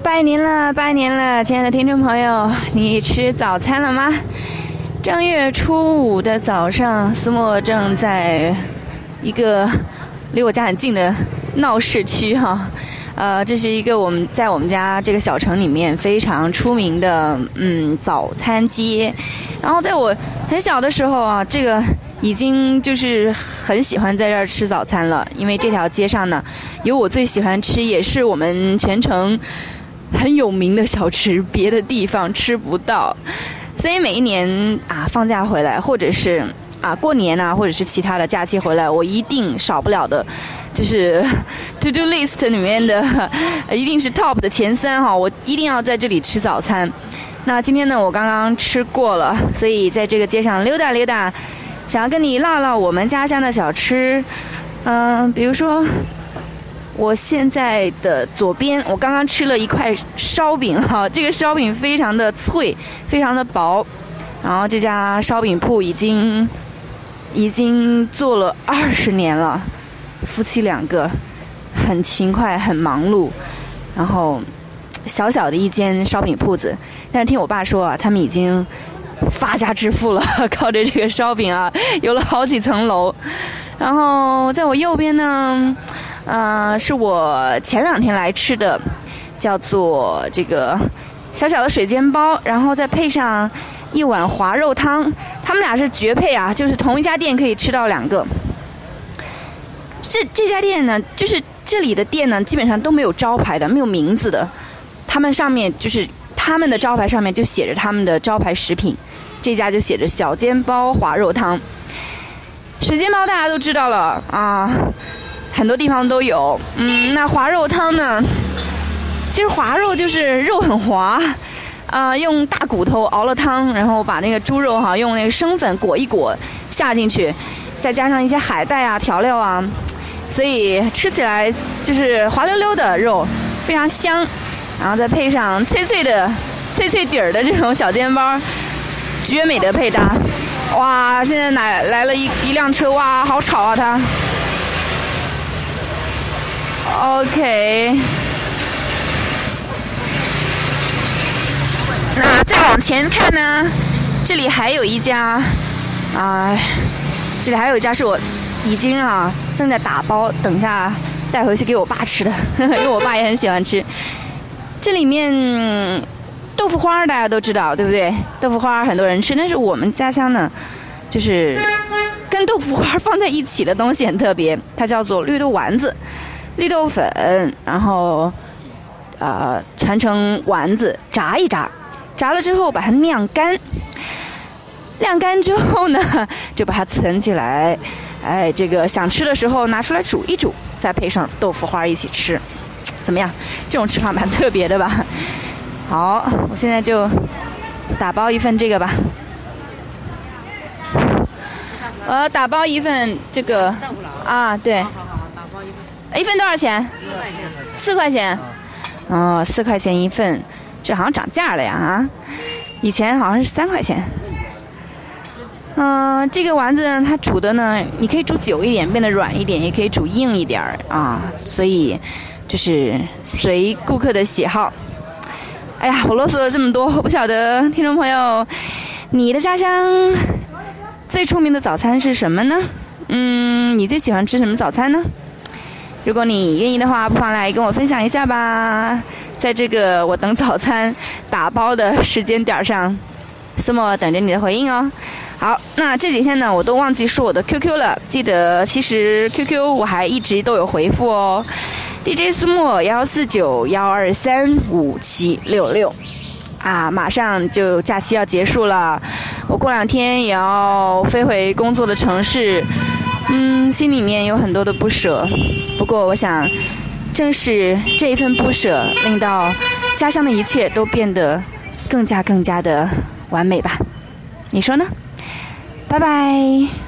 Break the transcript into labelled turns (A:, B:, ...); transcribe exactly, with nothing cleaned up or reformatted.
A: 拜年了，拜年了，亲爱的听众朋友，你吃早餐了吗？正月初五的早上，苏沫正在一个离我家很近的闹市区哈，呃，这是一个我们在我们家这个小城里面非常出名的嗯早餐街。然后在我很小的时候啊，这个已经就是很喜欢在这儿吃早餐了，因为这条街上呢有我最喜欢吃，也是我们全城很有名的小吃，别的地方吃不到。所以每一年啊放假回来，或者是啊过年啊，或者是其他的假期回来，我一定少不了的就是 to do list 里面的一定是 top 的前三哈，我一定要在这里吃早餐。那今天呢我刚刚吃过了，所以在这个街上溜达溜达，想要跟你唠唠我们家乡的小吃。嗯、呃，比如说我现在的左边，我刚刚吃了一块烧饼哈，这个烧饼非常的脆，非常的薄。然后这家烧饼铺已经已经做了二十年了，夫妻两个很勤快，很忙碌。然后小小的一间烧饼铺子，但是听我爸说啊，他们已经发家致富了，靠着这个烧饼啊，有了好几层楼。然后在我右边呢，呃，是我前两天来吃的，叫做这个小小的水煎包，然后再配上一碗滑肉汤，他们俩是绝配啊，就是同一家店可以吃到两个。这这家店呢，就是这里的店呢，基本上都没有招牌的，没有名字的，他们上面就是他们的招牌上面就写着他们的招牌食品，这家就写着小煎包滑肉汤。水煎包大家都知道了啊，很多地方都有。嗯，那滑肉汤呢？其实滑肉就是肉很滑，啊、呃，用大骨头熬了汤，然后把那个猪肉哈、啊、用那个生粉裹一裹下进去，再加上一些海带啊调料啊，所以吃起来就是滑溜溜的肉，非常香。然后再配上脆脆的、脆脆底儿的这种小煎包，绝美的配搭。哇，现在来来了一一辆车，哇，好吵啊它。OK， 那再往前看呢，这里还有一家，啊、呃，这里还有一家是我已经啊正在打包，等一下带回去给我爸吃的，因为我爸也很喜欢吃。这里面豆腐花大家都知道，对不对？豆腐花很多人吃，但是我们家乡呢，就是跟豆腐花放在一起的东西很特别，它叫做绿豆丸子，绿豆粉，然后呃传成丸子，炸一炸，炸了之后把它晾干，晾干之后呢，就把它存起来，哎，这个想吃的时候拿出来煮一煮，再配上豆腐花一起吃，怎么样？这种吃法蛮特别的吧？好，我现在就打包一份这个吧。我要打包一份这个啊，对。一份多少钱？四块钱。哦，四块钱一份，这好像涨价了呀啊！以前好像是三块钱。嗯、呃，这个丸子呢，它煮的呢，你可以煮久一点，变得软一点，也可以煮硬一点啊，所以就是随顾客的喜好。哎呀，我啰嗦了这么多，我不晓得听众朋友，你的家乡最出名的早餐是什么呢？嗯，你最喜欢吃什么早餐呢？如果你愿意的话，不妨来跟我分享一下吧。在这个我等早餐打包的时间点上，苏沫等着你的回应哦。好，那这几天呢，我都忘记说我的 Q Q 了，记得其实 Q Q 我还一直都有回复哦。D J 苏沫幺四九幺二三五七六六，啊，马上就假期要结束了，我过两天也要飞回工作的城市，嗯，心里面有很多的不舍。不过我想，正是这一份不舍，令到家乡的一切都变得更加更加的完美吧？你说呢？拜拜。